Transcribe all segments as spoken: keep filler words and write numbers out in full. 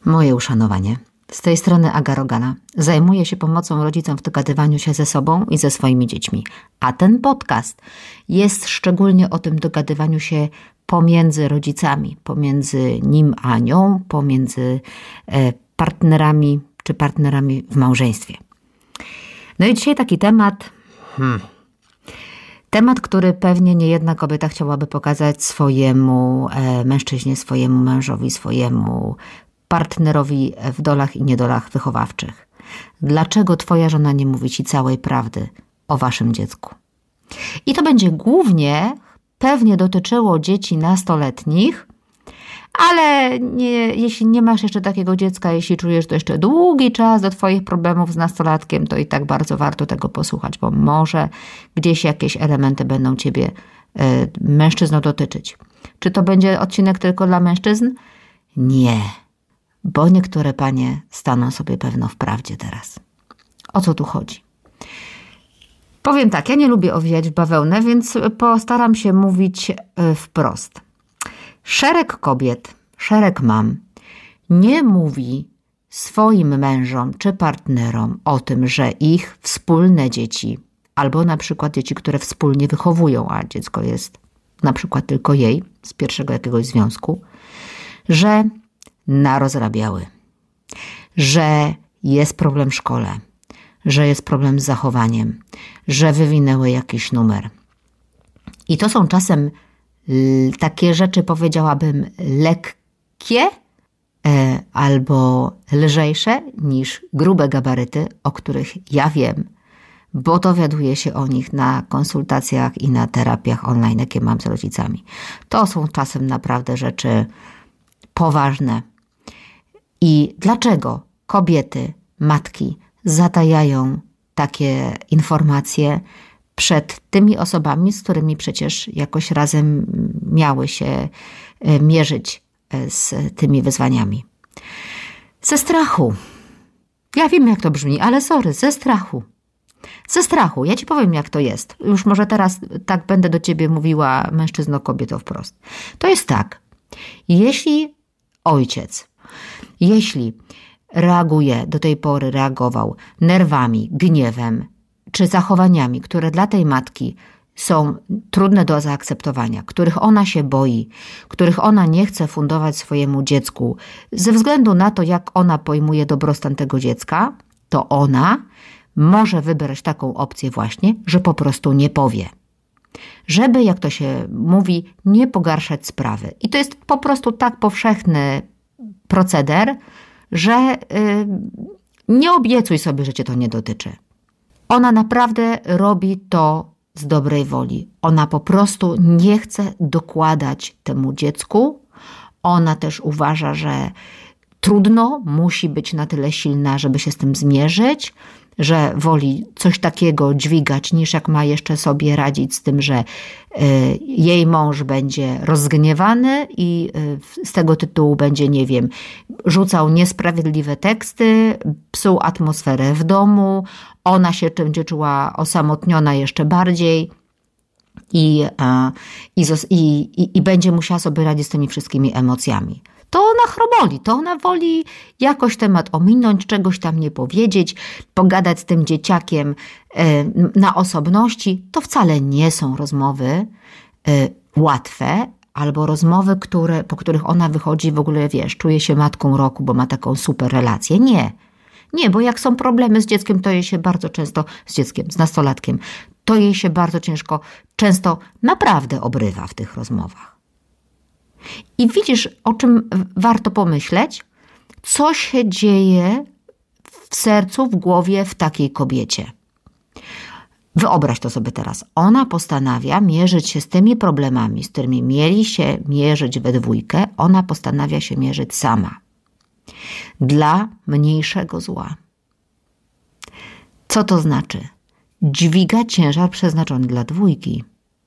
Moje uszanowanie. Z tej strony Aga Rogana. Zajmuję się pomocą rodzicom w dogadywaniu się ze sobą i ze swoimi dziećmi. A ten podcast jest szczególnie o tym dogadywaniu się pomiędzy rodzicami, pomiędzy nim a nią, pomiędzy partnerami czy partnerami w małżeństwie. No i dzisiaj taki temat... Hmm. Temat, który pewnie niejedna kobieta chciałaby pokazać swojemu e, mężczyźnie, swojemu mężowi, swojemu partnerowi w dolach i niedolach wychowawczych. Dlaczego twoja żona nie mówi ci całej prawdy o waszym dziecku? I to będzie głównie pewnie dotyczyło dzieci nastoletnich, ale nie, jeśli nie masz jeszcze takiego dziecka, jeśli czujesz to jeszcze długi czas do twoich problemów z nastolatkiem, to i tak bardzo warto tego posłuchać, bo może gdzieś jakieś elementy będą ciebie, y, mężczyzną, dotyczyć. Czy to będzie odcinek tylko dla mężczyzn? Nie, bo niektóre panie staną sobie pewno w prawdzie teraz. O co tu chodzi? Powiem tak, ja nie lubię owijać w bawełnę, więc postaram się mówić y, wprost. Szereg kobiet, szereg mam nie mówi swoim mężom czy partnerom o tym, że ich wspólne dzieci, albo na przykład dzieci, które wspólnie wychowują, a dziecko jest na przykład tylko jej z pierwszego jakiegoś związku, że narozrabiały, że jest problem w szkole, że jest problem z zachowaniem, że wywinęły jakiś numer. I to są czasem takie rzeczy, powiedziałabym, lekkie e, albo lżejsze niż grube gabaryty, o których ja wiem, bo dowiaduję się o nich na konsultacjach i na terapiach online, jakie mam z rodzicami. To są czasem naprawdę rzeczy poważne. I dlaczego kobiety, matki zatajają takie informacje przed tymi osobami, z którymi przecież jakoś razem miały się mierzyć z tymi wyzwaniami? Ze strachu. Ja wiem, jak to brzmi, ale sorry, ze strachu. Ze strachu. Ja ci powiem, jak to jest. Już może teraz tak będę do ciebie mówiła, mężczyzno, kobieto, wprost. To jest tak. Jeśli ojciec, jeśli reaguje, do tej pory reagował nerwami, gniewem, czy zachowaniami, które dla tej matki są trudne do zaakceptowania, których ona się boi, których ona nie chce fundować swojemu dziecku, ze względu na to, jak ona pojmuje dobrostan tego dziecka, to ona może wybrać taką opcję właśnie, że po prostu nie powie. Żeby, jak to się mówi, nie pogarszać sprawy. I to jest po prostu tak powszechny proceder, że yy, nie obiecuj sobie, że cię to nie dotyczy. Ona naprawdę robi to z dobrej woli. Ona po prostu nie chce dokładać temu dziecku. Ona też uważa, że trudno, musi być na tyle silna, żeby się z tym zmierzyć, że woli coś takiego dźwigać, niż jak ma jeszcze sobie radzić z tym, że y, jej mąż będzie rozgniewany i y, z tego tytułu będzie, nie wiem, rzucał niesprawiedliwe teksty, psuł atmosferę w domu, ona się będzie czuła osamotniona jeszcze bardziej i, y, i, i, i będzie musiała sobie radzić z tymi wszystkimi emocjami. To ona chroboli, to ona woli jakoś temat ominąć, czegoś tam nie powiedzieć, pogadać z tym dzieciakiem na osobności. To wcale nie są rozmowy łatwe, albo rozmowy, które, po których ona wychodzi w ogóle, wiesz, czuje się matką roku, bo ma taką super relację. Nie, nie, bo jak są problemy z dzieckiem, to jej się bardzo często, z dzieckiem, z nastolatkiem, to jej się bardzo ciężko, często naprawdę obrywa w tych rozmowach. I widzisz, o czym warto pomyśleć? Co się dzieje w sercu, w głowie w takiej kobiecie? Wyobraź to sobie teraz. Ona postanawia mierzyć się z tymi problemami, z którymi mieli się mierzyć we dwójkę. Ona postanawia się mierzyć sama. Dla mniejszego zła. Co to znaczy? Dźwiga ciężar przeznaczony dla dwójki.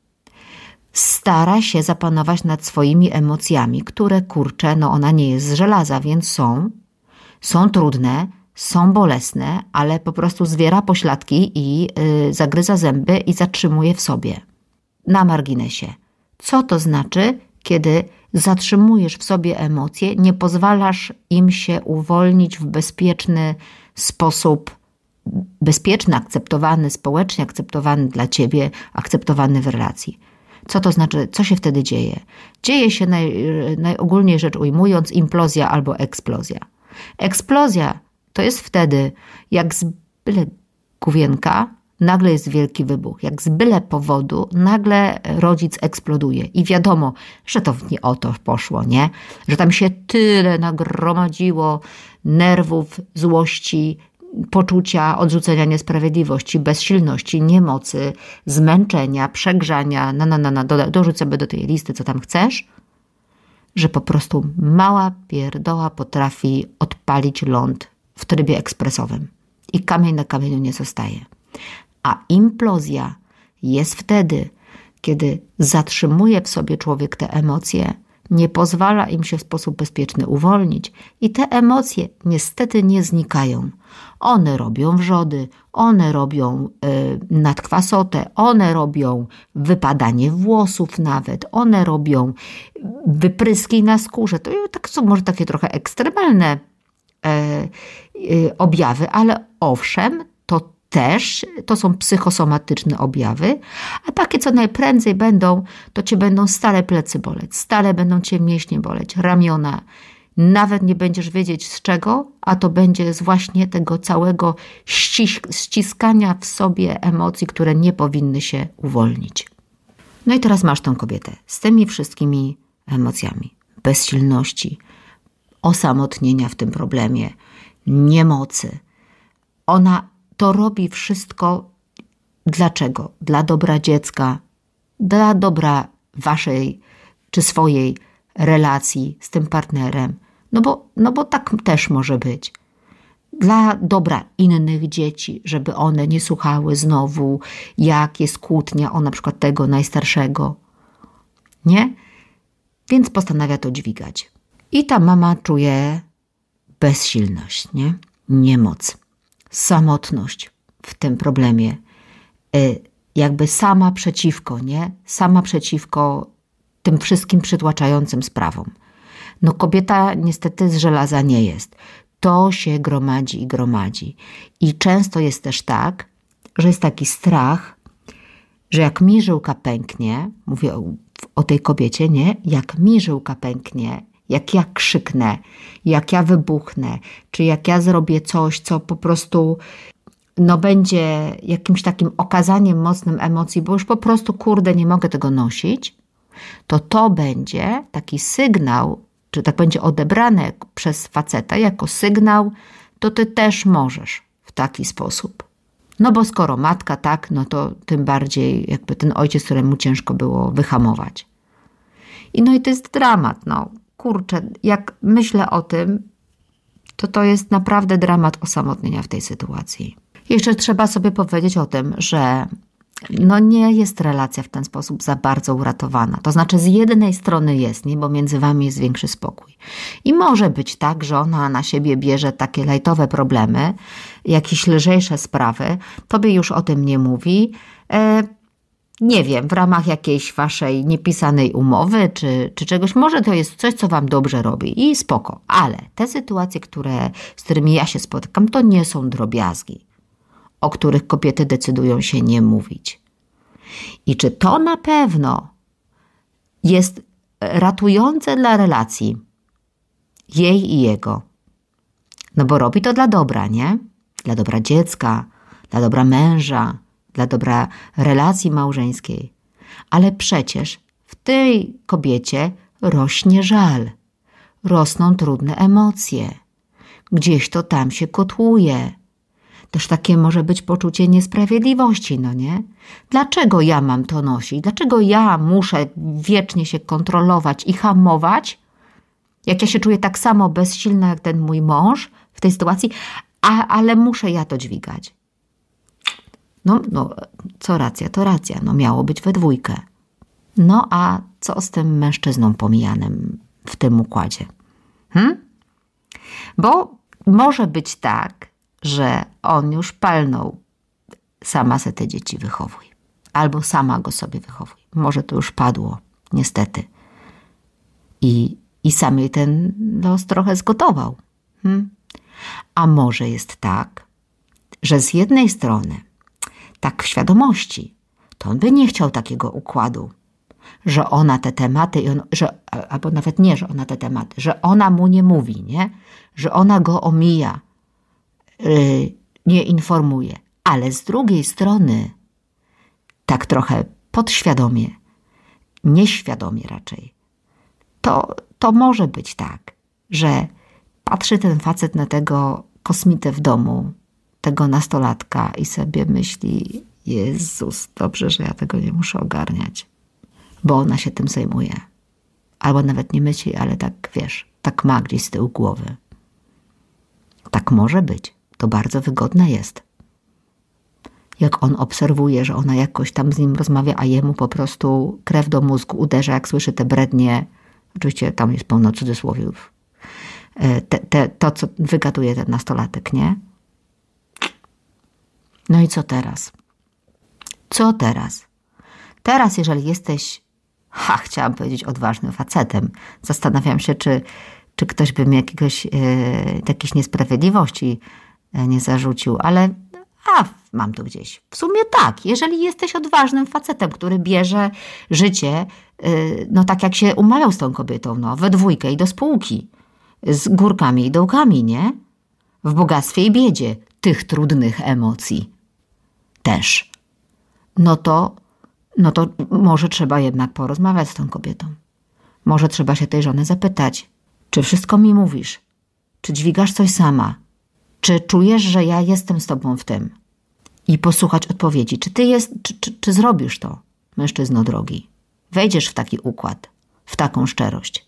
Stara się zapanować nad swoimi emocjami, które, kurczę, no ona nie jest z żelaza, więc są, są trudne, są bolesne, ale po prostu zwiera pośladki i yy, zagryza zęby i zatrzymuje w sobie. Na marginesie. Co to znaczy, kiedy zatrzymujesz w sobie emocje, nie pozwalasz im się uwolnić w bezpieczny sposób, bezpieczny, akceptowany, społecznie akceptowany dla ciebie, akceptowany w relacji. Co to znaczy, co się wtedy dzieje? Dzieje się naj, najogólniej rzecz ujmując implozja albo eksplozja. Eksplozja to jest wtedy, jak z byle główienka nagle jest wielki wybuch. Jak z byle powodu nagle rodzic eksploduje. I wiadomo, że to nie o to poszło, nie? Że tam się tyle nagromadziło nerwów, złości, poczucia odrzucenia niesprawiedliwości, bezsilności, niemocy, zmęczenia, przegrzania, na, na, na, na, do, dorzuć sobie do tej listy, co tam chcesz, że po prostu mała pierdoła potrafi odpalić ląd w trybie ekspresowym i kamień na kamieniu nie zostaje. A implozja jest wtedy, kiedy zatrzymuje w sobie człowiek te emocje, nie pozwala im się w sposób bezpieczny uwolnić i te emocje niestety nie znikają. One robią wrzody, one robią y, nadkwasotę, one robią wypadanie włosów nawet, one robią wypryski na skórze. To tak są może takie trochę ekstremalne y, y, objawy, ale owszem, to też to są psychosomatyczne objawy, a takie, co najprędzej będą, to cię będą stale plecy boleć, stale będą cię mięśnie boleć, ramiona. Nawet nie będziesz wiedzieć z czego, a to będzie z właśnie tego całego ścisk- ściskania w sobie emocji, które nie powinny się uwolnić. No i teraz masz tą kobietę z tymi wszystkimi emocjami. Bezsilności, osamotnienia w tym problemie, niemocy. Ona to robi wszystko dlaczego? Dla dobra dziecka, dla dobra waszej czy swojej relacji z tym partnerem. No bo, no bo tak też może być. Dla dobra innych dzieci, żeby one nie słuchały znowu, jak jest kłótnia o na przykład tego najstarszego. Nie? Więc postanawia to dźwigać. I ta mama czuje bezsilność, nie? Niemoc. Samotność w tym problemie, jakby sama przeciwko, nie? Sama przeciwko tym wszystkim przytłaczającym sprawom. No kobieta niestety z żelaza nie jest. To się gromadzi i gromadzi. I często jest też tak, że jest taki strach, że jak mi żyłka pęknie, mówię o, o tej kobiecie, nie? Jak mi żyłka pęknie, jak ja krzyknę, jak ja wybuchnę, czy jak ja zrobię coś, co po prostu no będzie jakimś takim okazaniem mocnym emocji, bo już po prostu, kurde, nie mogę tego nosić, to to będzie taki sygnał, czy tak będzie odebrane przez faceta jako sygnał, to ty też możesz w taki sposób. No bo skoro matka tak, no to tym bardziej jakby ten ojciec, któremu ciężko było wyhamować. I no i to jest dramat, no. Kurczę, jak myślę o tym, to to jest naprawdę dramat osamotnienia w tej sytuacji. Jeszcze trzeba sobie powiedzieć o tym, że no nie jest relacja w ten sposób za bardzo uratowana. To znaczy z jednej strony jest, nie? Bo między wami jest większy spokój. I może być tak, że ona na siebie bierze takie lajtowe problemy, jakieś lżejsze sprawy, tobie już o tym nie mówi, e, nie wiem, w ramach jakiejś waszej niepisanej umowy czy, czy czegoś, może to jest coś, co wam dobrze robi i spoko. Ale te sytuacje, które, z którymi ja się spotykam, to nie są drobiazgi, o których kobiety decydują się nie mówić. I czy to na pewno jest ratujące dla relacji jej i jego? No bo robi to dla dobra, nie? Dla dobra dziecka, dla dobra męża, dla dobra relacji małżeńskiej. Ale przecież w tej kobiecie rośnie żal, rosną trudne emocje. Gdzieś to tam się kotłuje. Też takie może być poczucie niesprawiedliwości, no nie? Dlaczego ja mam to nosić? Dlaczego ja muszę wiecznie się kontrolować i hamować? Jak ja się czuję tak samo bezsilna jak ten mój mąż w tej sytuacji, a, ale muszę ja to dźwigać. No, no, co racja, to racja. No miało być we dwójkę. No a co z tym mężczyzną pomijanym w tym układzie? Hm? Bo może być tak, że on już palnął, sama se te dzieci wychowuj. Albo sama go sobie wychowuj. Może to już padło, niestety. I, i sam jej ten los trochę zgotował. Hmm? A może jest tak, że z jednej strony, tak w świadomości, to on by nie chciał takiego układu, że ona te tematy, i on, że, albo nawet nie, że ona te tematy, że ona mu nie mówi, nie? Że ona go omija, yy, nie informuje. Ale z drugiej strony, tak trochę podświadomie, nieświadomie raczej, to, to może być tak, że patrzy ten facet na tego kosmitę w domu, tego nastolatka i sobie myśli: Jezus, dobrze, że ja tego nie muszę ogarniać, bo ona się tym zajmuje. Albo nawet nie myśli, ale tak, wiesz, tak ma gdzieś z tyłu głowy. Tak może być. To bardzo wygodne jest. Jak on obserwuje, że ona jakoś tam z nim rozmawia, a jemu po prostu krew do mózgu uderza, jak słyszy te brednie. Oczywiście tam jest pełno cudzysłowiów. Te, te, to, co wygaduje ten nastolatek, nie? No i co teraz? Co teraz? Teraz, jeżeli jesteś, ha, chciałam powiedzieć, odważnym facetem, zastanawiam się, czy, czy ktoś by mi jakiegoś, e, jakiejś niesprawiedliwości nie zarzucił, ale a, mam to gdzieś. W sumie tak, jeżeli jesteś odważnym facetem, który bierze życie, e, no tak jak się umawiał z tą kobietą, no, we dwójkę i do spółki, z górkami i dołkami, nie? W bogactwie i biedzie tych trudnych emocji też. No to, no to może trzeba jednak porozmawiać z tą kobietą. Może trzeba się tej żony zapytać, czy wszystko mi mówisz? Czy dźwigasz coś sama? Czy czujesz, że ja jestem z tobą w tym? I posłuchać odpowiedzi. Czy ty jest, czy, czy, czy zrobisz to, mężczyzno drogi? Wejdziesz w taki układ, w taką szczerość.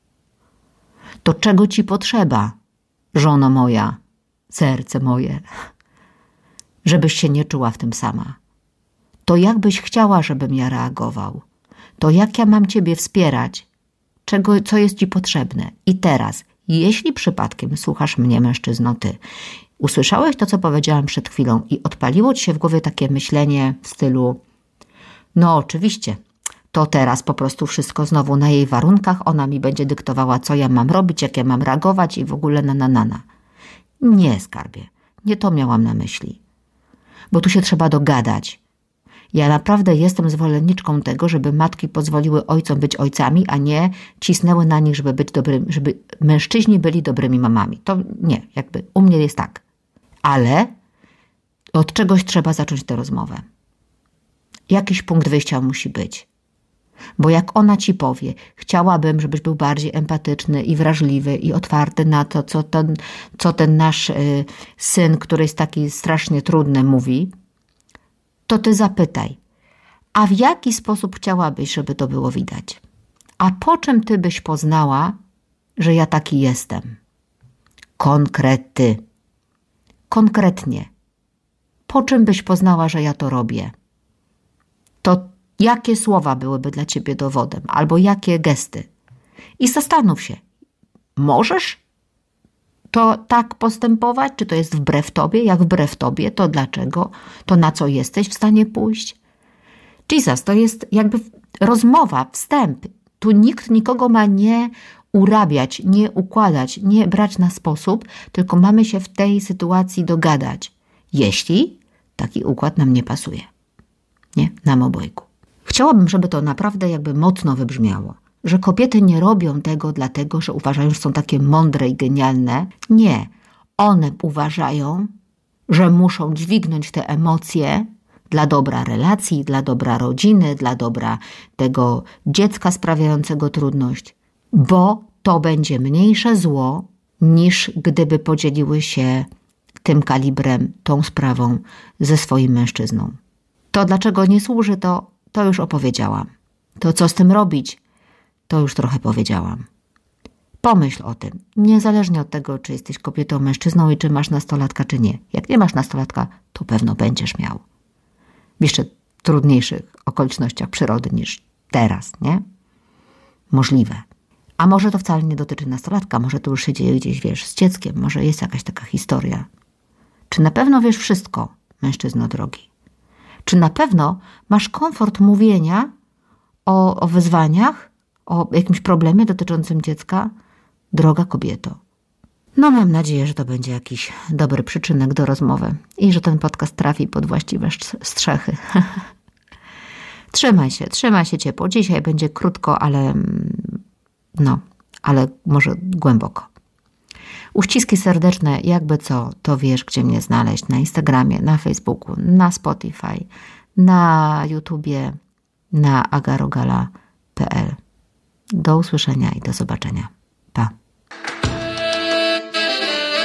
To czego ci potrzeba, żono moja, serce moje, żebyś się nie czuła w tym sama? To jak byś chciała, żebym ja reagował? To jak ja mam ciebie wspierać? Czego, co jest ci potrzebne? I teraz, jeśli przypadkiem słuchasz mnie, mężczyzno, ty, usłyszałeś to, co powiedziałam przed chwilą i odpaliło ci się w głowie takie myślenie w stylu: no oczywiście, to teraz po prostu wszystko znowu na jej warunkach, ona mi będzie dyktowała, co ja mam robić, jak ja mam reagować i w ogóle na na na na. Nie, skarbie, nie to miałam na myśli. Bo tu się trzeba dogadać. Ja naprawdę jestem zwolenniczką tego, żeby matki pozwoliły ojcom być ojcami, a nie cisnęły na nich, żeby być dobrymi, żeby mężczyźni byli dobrymi mamami. To nie, jakby u mnie jest tak. Ale od czegoś trzeba zacząć tę rozmowę. Jakiś punkt wyjścia musi być. Bo jak ona ci powie, chciałabym, żebyś był bardziej empatyczny i wrażliwy i otwarty na to, co ten, co ten nasz y, syn, który jest taki strasznie trudny, mówi, to ty zapytaj, a w jaki sposób chciałabyś, żeby to było widać? A po czym ty byś poznała, że ja taki jestem? Konkrety. Konkretnie. Po czym byś poznała, że ja to robię? To jakie słowa byłyby dla ciebie dowodem? Albo jakie gesty? I zastanów się, możesz to tak postępować? Czy to jest wbrew tobie? Jak wbrew tobie, to dlaczego? To na co jesteś w stanie pójść? Jesus, to jest jakby rozmowa, wstęp. Tu nikt nikogo ma nie urabiać, nie układać, nie brać na sposób, tylko mamy się w tej sytuacji dogadać. Jeśli taki układ nam nie pasuje. Nie? Nam obojgu. Chciałabym, żeby to naprawdę jakby mocno wybrzmiało. Że kobiety nie robią tego dlatego, że uważają, że są takie mądre i genialne. Nie. One uważają, że muszą dźwignąć te emocje dla dobra relacji, dla dobra rodziny, dla dobra tego dziecka sprawiającego trudność, bo to będzie mniejsze zło, niż gdyby podzieliły się tym kalibrem, tą sprawą ze swoim mężczyzną. To dlaczego nie służy, to, to już opowiedziałam. To co z tym robić, to już trochę powiedziałam. Pomyśl o tym, niezależnie od tego, czy jesteś kobietą, mężczyzną i czy masz nastolatka, czy nie. Jak nie masz nastolatka, to pewno będziesz miał. W jeszcze trudniejszych okolicznościach przyrody niż teraz, nie? Możliwe. A może to wcale nie dotyczy nastolatka, może to już się dzieje gdzieś, wiesz, z dzieckiem, może jest jakaś taka historia. Czy na pewno wiesz wszystko, mężczyzno drogi? Czy na pewno masz komfort mówienia o, o wyzwaniach, o jakimś problemie dotyczącym dziecka? Droga kobieto. No mam nadzieję, że to będzie jakiś dobry przyczynek do rozmowy i że ten podcast trafi pod właściwe strzechy. Trzymaj się, trzymaj się ciepło. Dzisiaj będzie krótko, ale no, ale może głęboko. Uściski serdeczne, jakby co, to wiesz, gdzie mnie znaleźć. Na Instagramie, na Facebooku, na Spotify, na YouTubie, na agarogala kropka p l. Do usłyszenia i do zobaczenia.